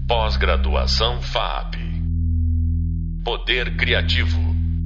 Pós-graduação FAP. Poder Criativo.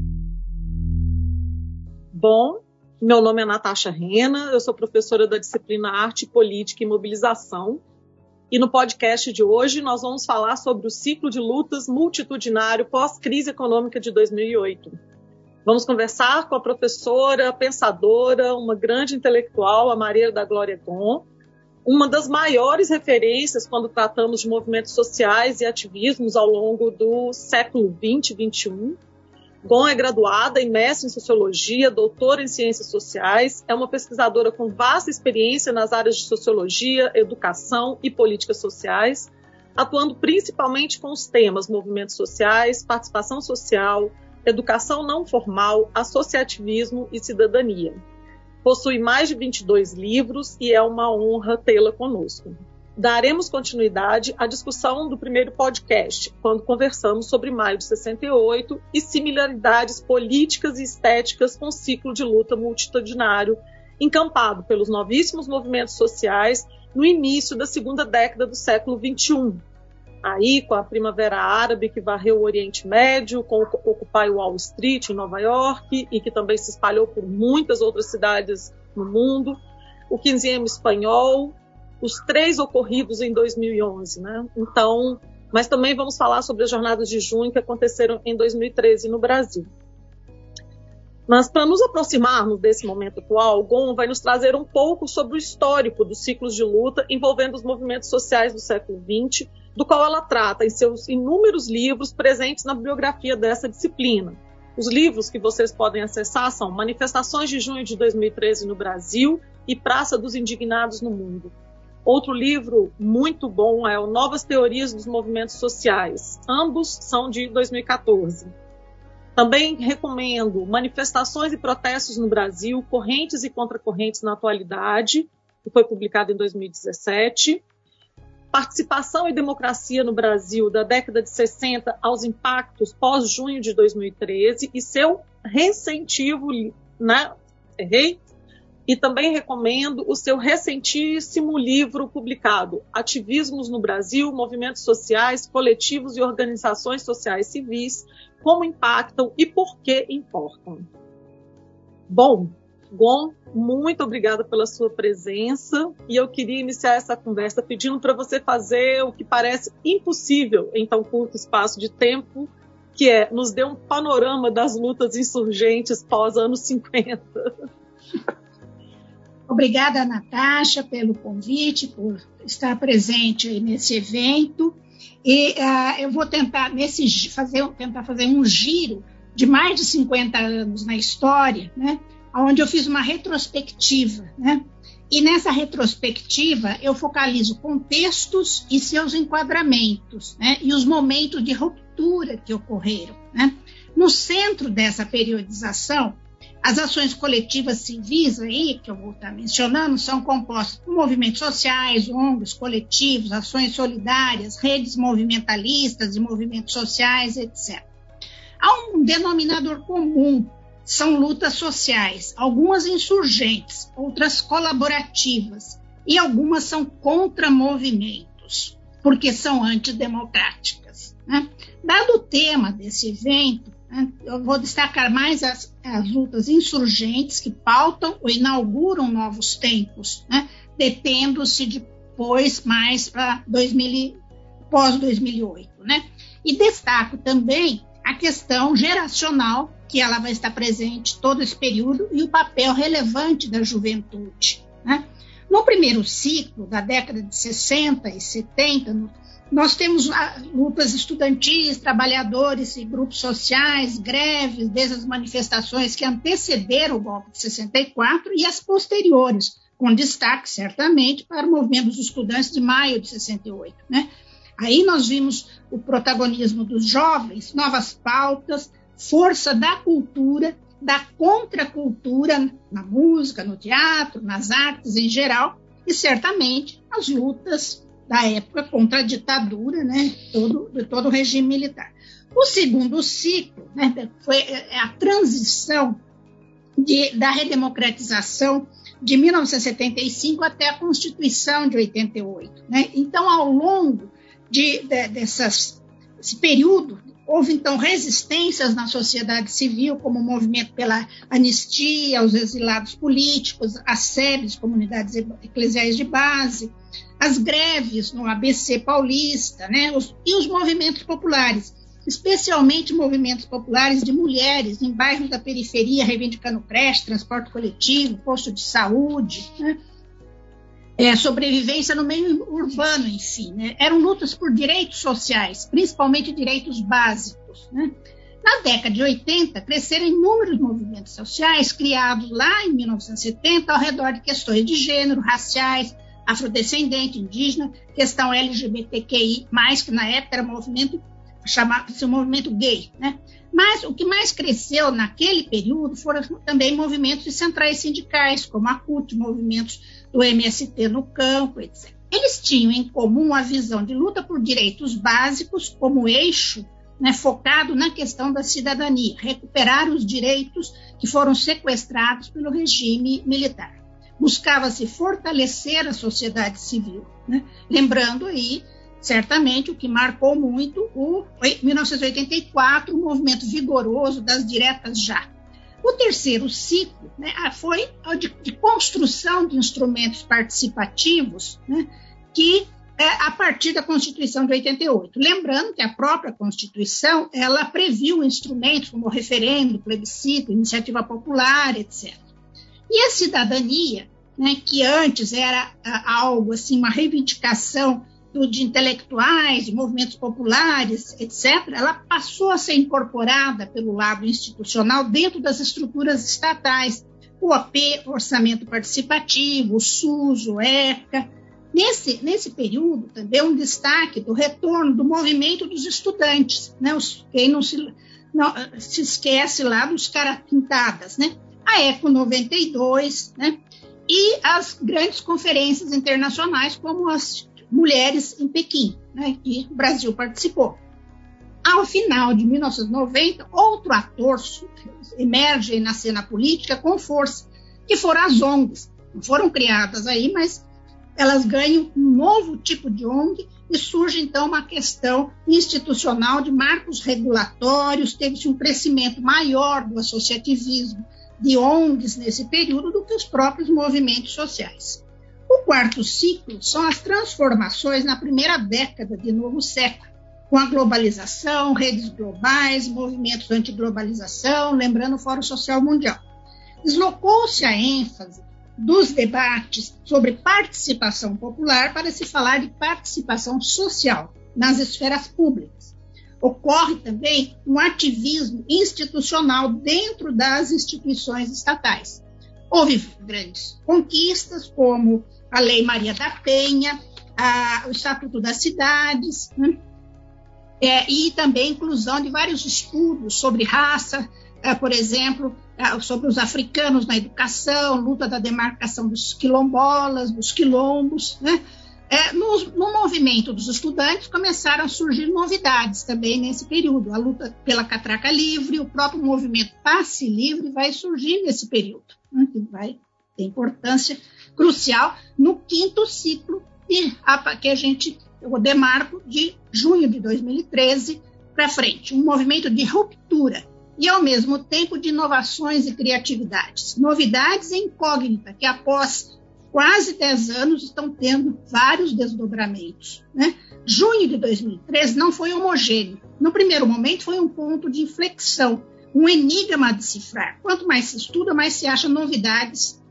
Bom, meu nome é Natasha Rena, eu sou professora da disciplina Arte, Política e Mobilização. E no podcast de hoje nós vamos falar sobre o ciclo de lutas multitudinário pós-crise econômica de 2008. Vamos conversar com a professora, pensadora, uma grande intelectual, a Maria da Glória Gon, uma das maiores referências quando tratamos de movimentos sociais e ativismos ao longo do século XX e XXI. Gon é graduada e mestre em Sociologia, doutora em Ciências Sociais, é uma pesquisadora com vasta experiência nas áreas de Sociologia, Educação e Políticas Sociais, atuando principalmente com os temas movimentos sociais, participação social, educação não formal, associativismo e cidadania. Possui mais de 22 livros e é uma honra tê-la conosco. Daremos continuidade à discussão do primeiro podcast, quando conversamos sobre Maio de 68 e similaridades políticas e estéticas com o ciclo de luta multitudinário encampado pelos novíssimos movimentos sociais no início da segunda década do século XXI. Aí, com a Primavera Árabe, que varreu o Oriente Médio, com o Occupy Wall Street, em Nova York, e que também se espalhou por muitas outras cidades no mundo, o 15º espanhol, os 3 ocorridos em 2011, né? Então, mas também vamos falar sobre as jornadas de junho que aconteceram em 2013 no Brasil. Mas para nos aproximarmos desse momento atual, Gon vai nos trazer um pouco sobre o histórico dos ciclos de luta envolvendo os movimentos sociais do século XX, do qual ela trata em seus inúmeros livros presentes na bibliografia dessa disciplina. Os livros que vocês podem acessar são Manifestações de Junho de 2013 no Brasil e Praça dos Indignados no Mundo. Outro livro muito bom é o Novas Teorias dos Movimentos Sociais. Ambos são de 2014. Também recomendo Manifestações e Protestos no Brasil, Correntes e Contracorrentes na Atualidade, que foi publicado em 2017. Participação e Democracia no Brasil, da década de 60 aos impactos pós-junho de 2013, e seu recentivo, né? E também recomendo o seu recentíssimo livro publicado, Ativismos no Brasil, Movimentos Sociais, Coletivos e Organizações Sociais Civis, Como Impactam e Por que Importam. Bom, Gon, muito obrigada pela sua presença e eu queria iniciar essa conversa pedindo para você fazer o que parece impossível em tão curto espaço de tempo, que é nos dê um panorama das lutas insurgentes pós-anos 50. Obrigada, Natasha, pelo convite, por estar presente nesse evento. E eu vou tentar fazer um giro de mais de 50 anos na história, né, onde eu fiz uma retrospectiva, né? E nessa retrospectiva eu focalizo contextos e seus enquadramentos, né, e os momentos de ruptura que ocorreram, né? No centro dessa periodização, as ações coletivas civis aí, que eu vou estar mencionando, são compostas por movimentos sociais, ONGs, coletivos, ações solidárias, redes movimentalistas e movimentos sociais, etc. Há um denominador comum, são lutas sociais, algumas insurgentes, outras colaborativas, e algumas são contra-movimentos, porque são antidemocráticas, né? Dado o tema desse evento, eu vou destacar mais as lutas insurgentes que pautam ou inauguram novos tempos, né, detendo-se depois mais para pós-2008. Né? E destaco também a questão geracional, que ela vai estar presente todo esse período, e o papel relevante da juventude. Né? No primeiro ciclo, da década de 60 e 70, nós temos lutas estudantis, trabalhadores e grupos sociais, greves, desde as manifestações que antecederam o golpe de 64 e as posteriores, com destaque, certamente, para o movimento dos estudantes de maio de 68. Né? Aí nós vimos o protagonismo dos jovens, novas pautas, força da cultura, da contracultura na música, no teatro, nas artes em geral, e certamente as lutas da época contra a ditadura, né, de todo o regime militar. O segundo ciclo, né, foi a transição da redemocratização de 1975 até a Constituição de 88. Né? Então, ao longo desse período, houve, então, resistências na sociedade civil, como o movimento pela anistia aos exilados políticos, as SEBs, comunidades eclesiais de base, as greves no ABC paulista, né, e os movimentos populares, especialmente movimentos populares de mulheres em bairros da periferia, reivindicando creche, transporte coletivo, posto de saúde, né, sobrevivência no meio urbano, enfim. Né? Eram lutas por direitos sociais, principalmente direitos básicos. Né? Na década de 80, cresceram inúmeros movimentos sociais criados lá em 1970 ao redor de questões de gênero, raciais, afrodescendente, indígena, questão LGBTQI+, que na época era chamava-se o movimento gay. Né? Mas o que mais cresceu naquele período foram também movimentos de centrais sindicais, como a CUT, movimentos do MST no campo, etc. Eles tinham em comum a visão de luta por direitos básicos como eixo, né, focado na questão da cidadania, recuperar os direitos que foram sequestrados pelo regime militar. Buscava-se fortalecer a sociedade civil, né? Lembrando aí, certamente, o que marcou muito o 1984, o movimento vigoroso das diretas já. O terceiro ciclo, né, foi de construção de instrumentos participativos, né, que a partir da Constituição de 88. Lembrando que a própria Constituição ela previu instrumentos como referendo, plebiscito, iniciativa popular, etc. E a cidadania, né, que antes era algo assim, uma reivindicação de intelectuais, de movimentos populares, etc., ela passou a ser incorporada pelo lado institucional dentro das estruturas estatais, o OP, Orçamento Participativo, o SUS, o ECA. Nesse período, também um destaque do retorno do movimento dos estudantes, né? Quem não se esquece lá dos caras pintadas, né? A ECO 92, né? E as grandes conferências internacionais, como as Mulheres em Pequim, né, que o Brasil participou. Ao final de 1990, outro ator emerge na cena política com força, que foram as ONGs. Não foram criadas aí, mas elas ganham um novo tipo de ONG e surge, então, uma questão institucional de marcos regulatórios, teve-se um crescimento maior do associativismo de ONGs nesse período do que os próprios movimentos sociais. O quarto ciclo são as transformações na primeira década de novo século, com a globalização, redes globais, movimentos anti-globalização, lembrando o Fórum Social Mundial. Deslocou-se a ênfase dos debates sobre participação popular para se falar de participação social nas esferas públicas. Ocorre também um ativismo institucional dentro das instituições estatais. Houve grandes conquistas, como a Lei Maria da Penha, o Estatuto das Cidades, né? E também a inclusão de vários estudos sobre raça, por exemplo, sobre os africanos na educação, luta da demarcação dos quilombolas, dos quilombos. Né? No movimento dos estudantes começaram a surgir novidades também nesse período. A luta pela catraca livre, o próprio movimento passe livre vai surgir nesse período, né? Que vai ter importância crucial no quinto ciclo que eu demarco de junho de 2013 para frente. Um movimento de ruptura e, ao mesmo tempo, de inovações e criatividades. Novidades e incógnita, que após quase 10 anos estão tendo vários desdobramentos. Né? Junho de 2013 não foi homogêneo. No primeiro momento foi um ponto de inflexão, um enigma a decifrar. Quanto mais se estuda, mais se acha novidades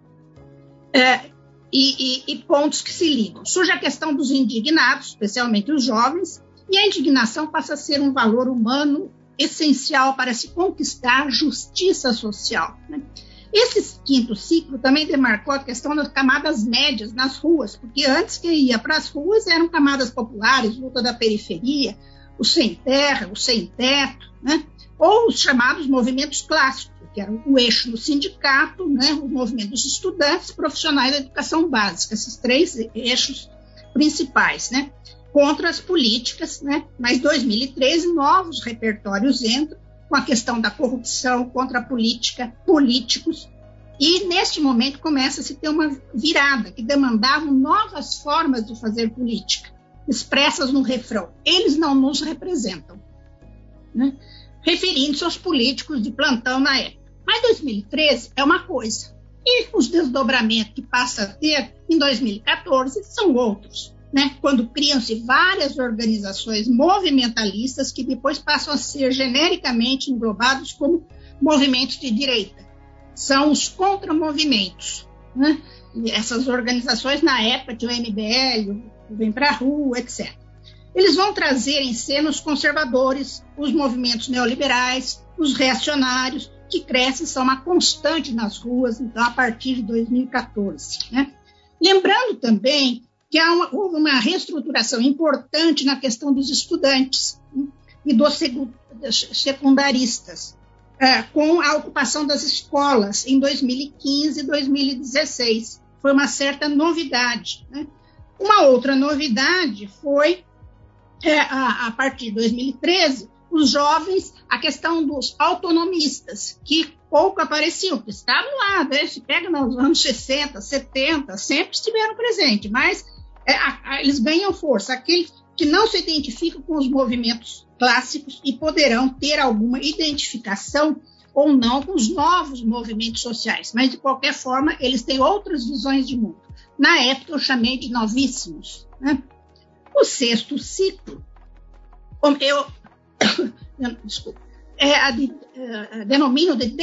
e pontos que se ligam. Surge a questão dos indignados, especialmente os jovens, e a indignação passa a ser um valor humano essencial para se conquistar justiça social. Né? Esse quinto ciclo também demarcou a questão das camadas médias nas ruas, porque antes quem ia para as ruas eram camadas populares, luta da periferia, o sem terra, o sem teto, né? Ou os chamados movimentos clássicos, que eram o eixo no sindicato, né? O movimento dos estudantes, profissionais da educação básica, esses três eixos principais, né? Contra as políticas, né? Mas em 2013 novos repertórios entram com a questão da corrupção contra a política, políticos, e neste momento começa a se ter uma virada que demandavam novas formas de fazer política. expressas no refrão: eles não nos representam, né? Referindo-se aos políticos de plantão na época. Mas 2013 é uma coisa, e os desdobramentos que passa a ter em 2014 são outros, né? Quando criam-se várias organizações movimentalistas que depois passam a ser genericamente englobados como movimentos de direita. São os contramovimentos, né? E essas organizações, na época, tinham o MBL, o Vem Pra Rua, etc. Eles vão trazer em cena os conservadores, os movimentos neoliberais, os reacionários, que crescem, são uma constante nas ruas, então, a partir de 2014. Né? Lembrando também que houve uma reestruturação importante na questão dos estudantes, né? E dos secundaristas, com a ocupação das escolas em 2015 e 2016. Foi uma certa novidade. Né? Uma outra novidade foi, a partir de 2013, os jovens, a questão dos autonomistas, que pouco apareciam, que estavam lá, né? Se pega nos anos 60, 70, sempre estiveram presentes, mas eles ganham força, aqueles que não se identificam com os movimentos clássicos e poderão ter alguma identificação ou não com os novos movimentos sociais, mas de qualquer forma eles têm outras visões de mundo. Na época eu chamei de novíssimos. Né? O sexto ciclo, denomino de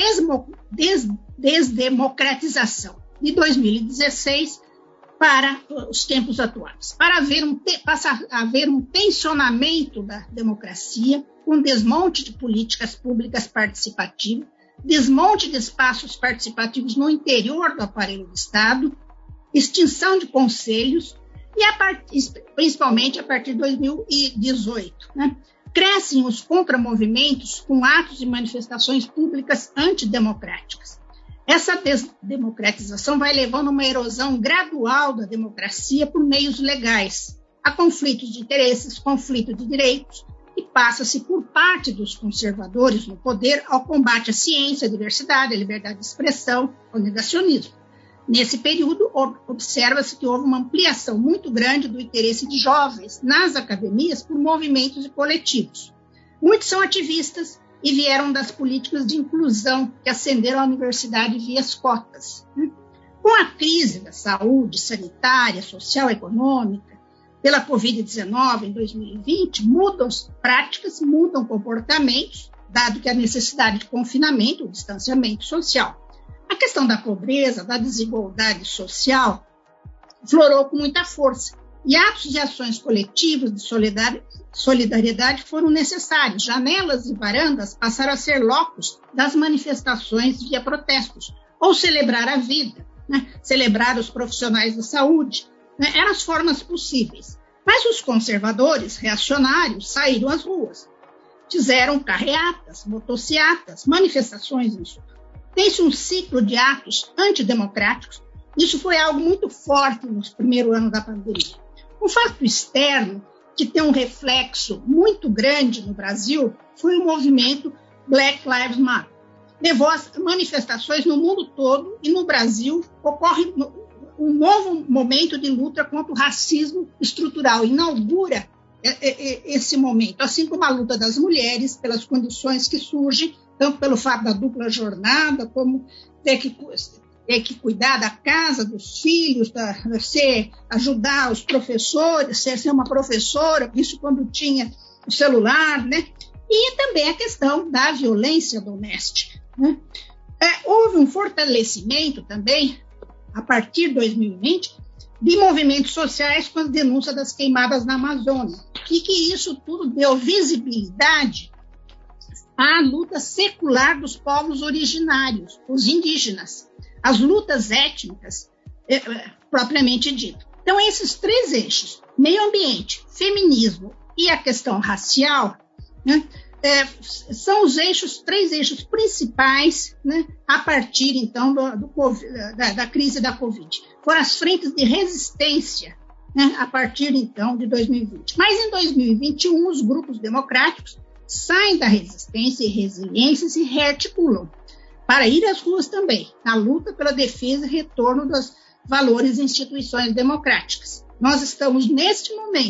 desdemocratização, de 2016 para os tempos atuais, passa a haver um tensionamento da democracia, um desmonte de políticas públicas participativas, desmonte de espaços participativos no interior do aparelho do Estado, extinção de conselhos, e principalmente a partir de 2018. Né? Crescem os contramovimentos com atos e manifestações públicas antidemocráticas. Essa desdemocratização vai levando a uma erosão gradual da democracia por meios legais, a conflitos de interesses, conflito de direitos, e passa-se por parte dos conservadores no poder ao combate à ciência, à diversidade, à liberdade de expressão, ao negacionismo. Nesse período, observa-se que houve uma ampliação muito grande do interesse de jovens nas academias por movimentos e coletivos. Muitos são ativistas e vieram das políticas de inclusão que ascenderam à universidade via as cotas. Com a crise da saúde sanitária, social e econômica, pela Covid-19 em 2020, mudam práticas, mudam comportamentos, dado que a necessidade de confinamento, o distanciamento social. A questão da pobreza, da desigualdade social, florou com muita força. E atos e ações coletivas de solidariedade foram necessários. Janelas e varandas passaram a ser locos das manifestações via protestos, ou celebrar a vida, né? Celebrar os profissionais da saúde, né? Eram as formas possíveis. Mas os conservadores, reacionários, saíram às ruas. Fizeram carreatas, motocicletas, manifestações em sua. Tem-se um ciclo de atos antidemocráticos. Isso foi algo muito forte no primeiro ano da pandemia. Um fato externo que tem um reflexo muito grande no Brasil foi o movimento Black Lives Matter. Levou a manifestações no mundo todo e no Brasil ocorre um novo momento de luta contra o racismo estrutural. Inaugura esse momento, assim como a luta das mulheres pelas condições que surgem, tanto pelo fato da dupla jornada, como ter que cuidar da casa, dos filhos, ajudar os professores, ser uma professora, isso quando tinha o celular, né? E também a questão da violência doméstica. Né? Houve um fortalecimento também, a partir de 2020, de movimentos sociais com a denúncia das queimadas na Amazônia, e que isso tudo deu visibilidade à luta secular dos povos originários, os indígenas, as lutas étnicas, propriamente dito. Então, esses três eixos, meio ambiente, feminismo e a questão racial, né, são os três eixos principais, né, a partir, então, da crise da Covid. Foram as frentes de resistência, né, a partir, então, de 2020. Mas, em 2021, os grupos democráticos saem da resistência e resiliência e se rearticulam para ir às ruas também, na luta pela defesa e retorno dos valores e instituições democráticas. Nós estamos, neste momento,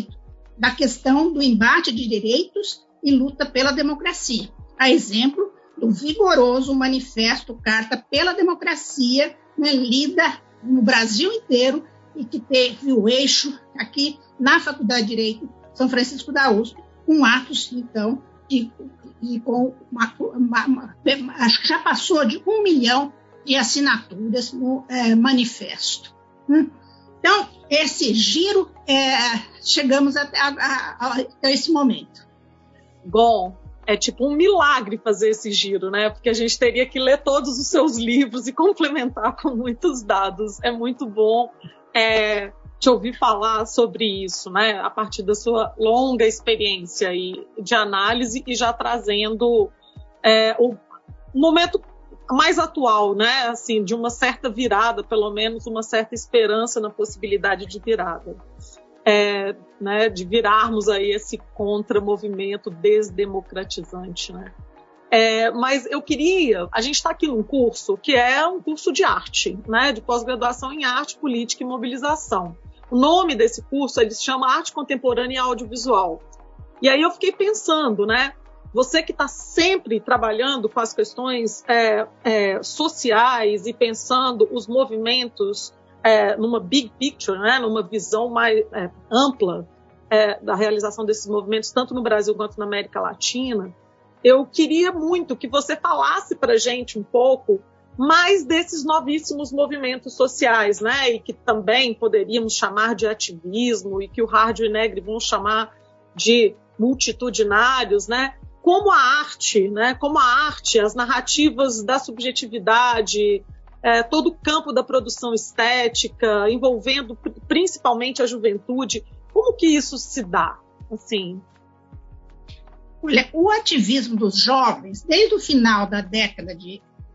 da questão do embate de direitos e luta pela democracia. A exemplo do vigoroso manifesto Carta pela Democracia, né, lida no Brasil inteiro e que teve o eixo aqui na Faculdade de Direito São Francisco da USP, com atos, então, e com acho que já passou de 1 milhão de assinaturas no manifesto. Então, esse giro, chegamos até esse momento. Bom, é tipo um milagre fazer esse giro, né? Porque a gente teria que ler todos os seus livros e complementar com muitos dados. É muito bom te ouvir falar sobre isso, né? A partir da sua longa experiência aí de análise e já trazendo o momento mais atual, né? Assim, de uma certa virada, pelo menos uma certa esperança na possibilidade de virada. Né, de virarmos aí esse contra-movimento desdemocratizante, né? Mas eu queria... A gente está aqui num curso que é um curso de arte, né, de pós-graduação em arte, política e mobilização. O nome desse curso ele se chama Arte Contemporânea e Audiovisual. E aí eu fiquei pensando, né? Você que está sempre trabalhando com as questões sociais e pensando os movimentos numa big picture, né, numa visão mais ampla da realização desses movimentos, tanto no Brasil quanto na América Latina, eu queria muito que você falasse para a gente um pouco mais desses novíssimos movimentos sociais, né, e que também poderíamos chamar de ativismo e que o Hardy e o Negri vão chamar de multitudinários, né, como a arte, as narrativas da subjetividade, todo o campo da produção estética, envolvendo principalmente a juventude. Como que isso se dá? Assim? Olha, o ativismo dos jovens, desde o final da década de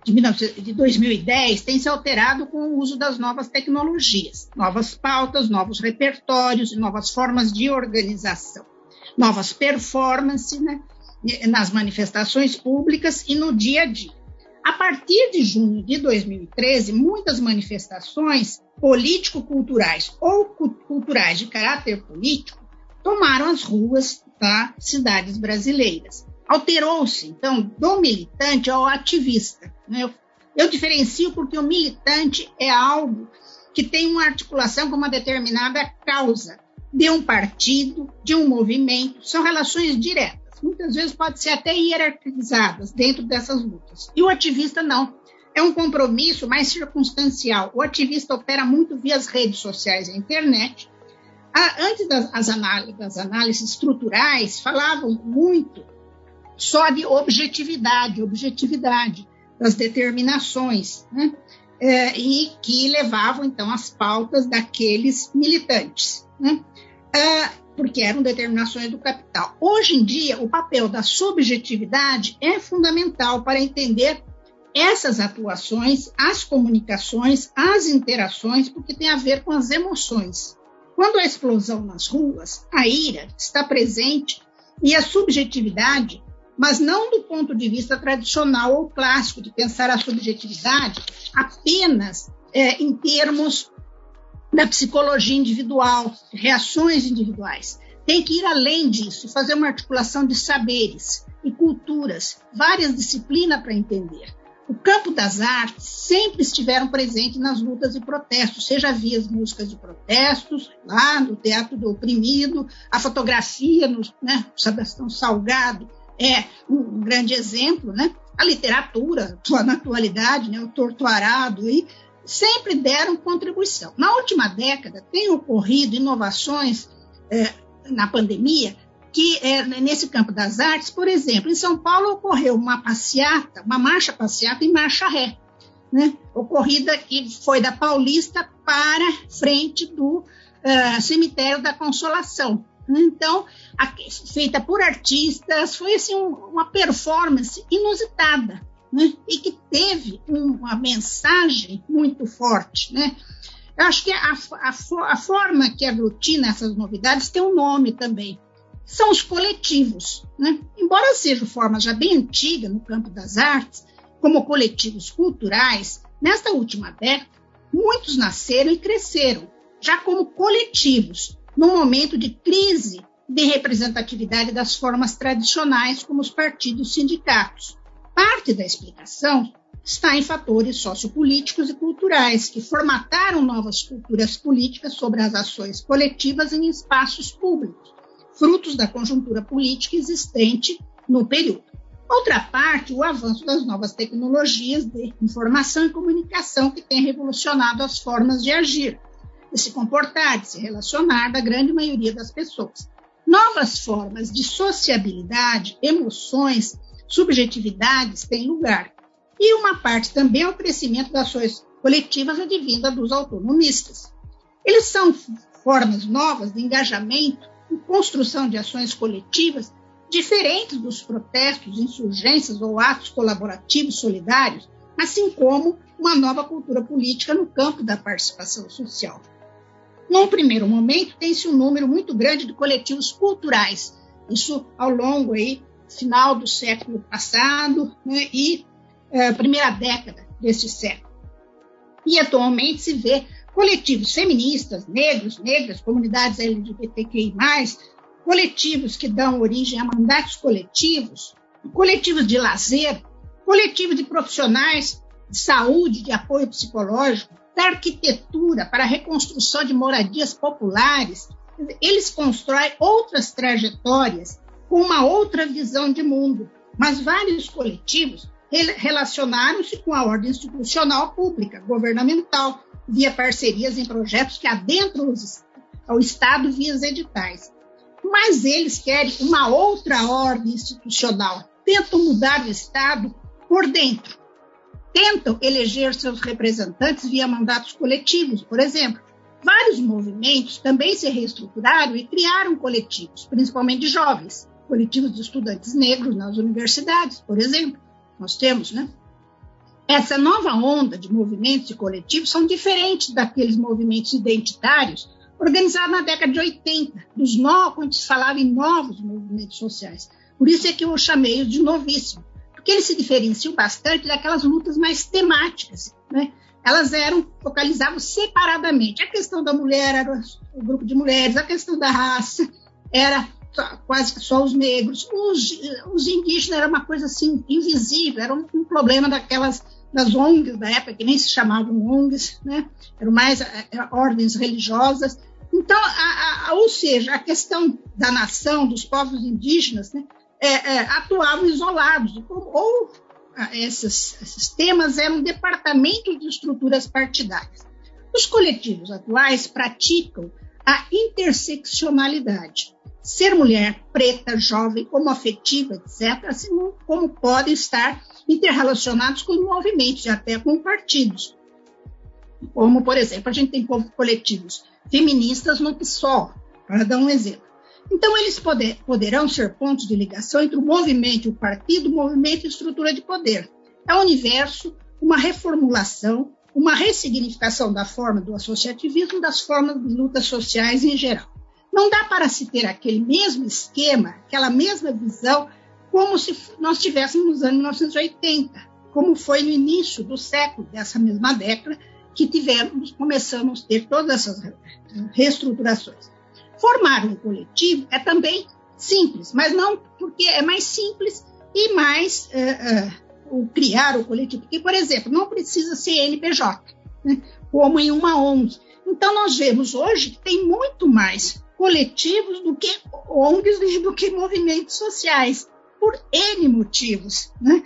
2010, tem se alterado com o uso das novas tecnologias, novas pautas, novos repertórios e novas formas de organização, novas performances, né, nas manifestações públicas e no dia a dia. A partir de junho de 2013, muitas manifestações político-culturais ou culturais de caráter político tomaram as ruas das cidades brasileiras. Alterou-se, então, do militante ao ativista. Eu diferencio porque o militante é algo que tem uma articulação com uma determinada causa de um partido, de um movimento, são relações diretas. Muitas vezes podem ser até hierarquizadas dentro dessas lutas. E o ativista não. É um compromisso mais circunstancial. O ativista opera muito via as redes sociais e a internet. Antes das análises estruturais, falavam muito só de objetividade das determinações, né? E que levavam, então, as pautas daqueles militantes, né? Porque eram determinações do capital. Hoje em dia, o papel da subjetividade é fundamental para entender essas atuações, as comunicações, as interações, porque tem a ver com as emoções. Quando a explosão nas ruas, a ira está presente e a subjetividade, mas não do ponto de vista tradicional ou clássico, de pensar a subjetividade apenas em termos da psicologia individual, reações individuais. Tem que ir além disso, fazer uma articulação de saberes e culturas, várias disciplinas para entender. O campo das artes sempre estiveram presentes nas lutas e protestos, seja via as músicas de protestos, lá no Teatro do Oprimido, a fotografia, né, Sebastião Salgado é um grande exemplo, né? A literatura, na atualidade, né, o Torto Arado, e sempre deram contribuição. Na última década, tem ocorrido inovações na pandemia, que nesse campo das artes, por exemplo, em São Paulo ocorreu uma marcha passeata e marcha ré, né? Ocorrida que foi da Paulista para frente do Cemitério da Consolação. Então, feita por artistas, foi assim, uma performance inusitada, né? E que teve uma mensagem muito forte, né? Eu acho que a forma que aglutina essas novidades tem um nome também. São os coletivos, né? Embora seja forma já bem antiga no campo das artes, como coletivos culturais, nesta última década, muitos nasceram e cresceram, já como coletivos, num momento de crise de representatividade das formas tradicionais, como os partidos e sindicatos. Parte da explicação está em fatores sociopolíticos e culturais, que formataram novas culturas políticas sobre as ações coletivas em espaços públicos, frutos da conjuntura política existente no período. Outra parte, o avanço das novas tecnologias de informação e comunicação, que tem revolucionado as formas de agir, de se comportar, de se relacionar da grande maioria das pessoas. Novas formas de sociabilidade, emoções, subjetividades têm lugar. E uma parte também é o crescimento das ações coletivas advinda dos autonomistas. Eles são formas novas de engajamento e construção de ações coletivas diferentes dos protestos, insurgências ou atos colaborativos solidários, assim como uma nova cultura política no campo da participação social. Num primeiro momento, tem-se um número muito grande de coletivos culturais, isso ao longo final do século passado, né, e primeira década deste século. E atualmente se vê coletivos feministas, negros, negras, comunidades LGBTQI+, coletivos que dão origem a mandatos coletivos, coletivos de lazer, coletivos de profissionais de saúde, de apoio psicológico, da arquitetura para a reconstrução de moradias populares. Eles constroem outras trajetórias com uma outra visão de mundo, mas vários coletivos relacionaram-se com a ordem institucional pública, governamental, via parcerias em projetos que adentram ao Estado via editais. Mas eles querem uma outra ordem institucional, tentam mudar o Estado por dentro, tentam eleger seus representantes via mandatos coletivos, por exemplo. Vários movimentos também se reestruturaram e criaram coletivos, principalmente de jovens, coletivos de estudantes negros nas universidades, por exemplo. Nós temos, né? Essa nova onda de movimentos e coletivos são diferentes daqueles movimentos identitários organizados na década de 80, quando se falava em novos movimentos sociais. Por isso é que eu chamei-os de novíssimos, porque eles se diferenciam bastante daquelas lutas mais temáticas, né? Elas focalizavam separadamente. A questão da mulher era o grupo de mulheres, a questão da raça era quase que só os negros, os indígenas era uma coisa assim invisível, era um problema das ONGs da época, que nem se chamavam ONGs, né? Eram mais ordens religiosas. Então, ou seja, a questão da nação, dos povos indígenas, né, atuavam isolados, ou esses temas eram departamentos de estruturas partidárias. Os coletivos atuais praticam a interseccionalidade. Ser mulher, preta, jovem, homoafetiva, etc., assim como podem estar interrelacionados com movimentos e até com partidos. Como, por exemplo, a gente tem coletivos feministas no PSOL, para dar um exemplo. Então, eles poderão ser pontos de ligação entre o movimento e o partido, o movimento e a estrutura de poder. É um universo, uma reformulação, uma ressignificação da forma do associativismo, das formas de lutas sociais em geral. Não dá para se ter aquele mesmo esquema, aquela mesma visão, como se nós tivéssemos nos anos 1980, como foi no início do século, dessa mesma década, que começamos a ter todas essas reestruturações. Formar um coletivo é também simples, mas não porque é mais simples e mais criar o coletivo. Porque, por exemplo, não precisa ser NPJ, né, como em uma ONG. Então, nós vemos hoje que tem muito mais coletivos do que ONGs e do que movimentos sociais, por N motivos, né?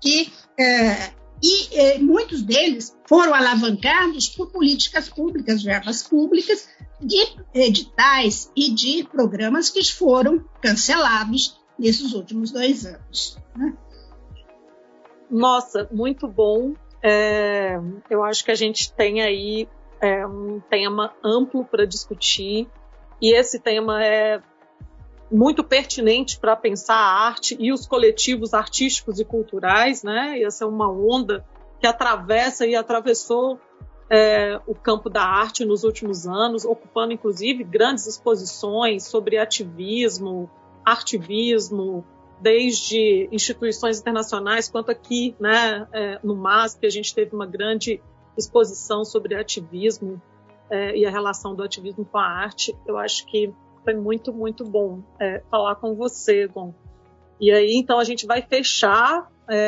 Muitos deles foram alavancados por políticas públicas, verbas públicas, de editais e de programas que foram cancelados nesses últimos 2 anos. Né? Nossa, muito bom. Eu acho que a gente tem aí um tema amplo para discutir, e esse tema é muito pertinente para pensar a arte e os coletivos artísticos e culturais, né? E essa é uma onda que atravessa e atravessou o campo da arte nos últimos anos, ocupando, inclusive, grandes exposições sobre ativismo, artivismo, desde instituições internacionais quanto aqui, né, no MASP, a gente teve uma grande exposição sobre ativismo e a relação do ativismo com a arte. Eu acho que Foi muito, muito bom falar com você, Gon. E aí, então, a gente vai fechar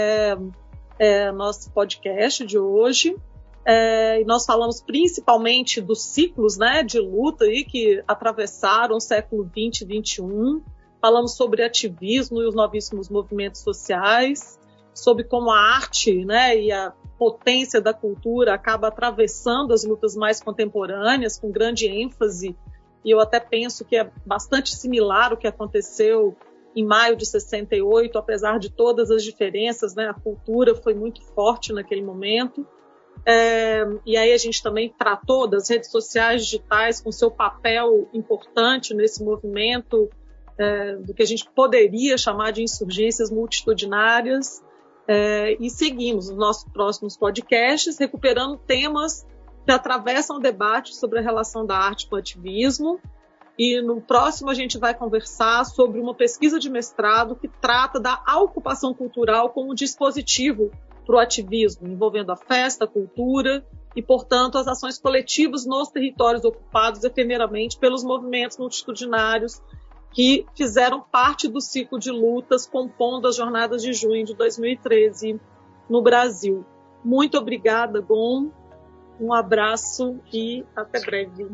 nosso podcast de hoje. E nós falamos principalmente dos ciclos, né, de luta aí que atravessaram o século XX e XXI. Falamos sobre ativismo e os novíssimos movimentos sociais, sobre como a arte, né, e a potência da cultura acaba atravessando as lutas mais contemporâneas com grande ênfase. E eu até penso que é bastante similar o que aconteceu em maio de 68, apesar de todas as diferenças, né, a cultura foi muito forte naquele momento. E aí a gente também tratou das redes sociais digitais com seu papel importante nesse movimento, do que a gente poderia chamar de insurgências multitudinárias, e seguimos nos nossos próximos podcasts, recuperando temas que atravessam o debate sobre a relação da arte com o ativismo. E no próximo a gente vai conversar sobre uma pesquisa de mestrado que trata da ocupação cultural como dispositivo para o ativismo, envolvendo a festa, a cultura e, portanto, as ações coletivas nos territórios ocupados efemeramente pelos movimentos multitudinários que fizeram parte do ciclo de lutas compondo as jornadas de junho de 2013 no Brasil. Muito obrigada, Gon. Um abraço e até breve.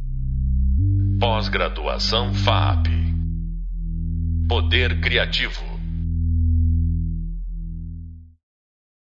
Pós-graduação FAP. Poder Criativo.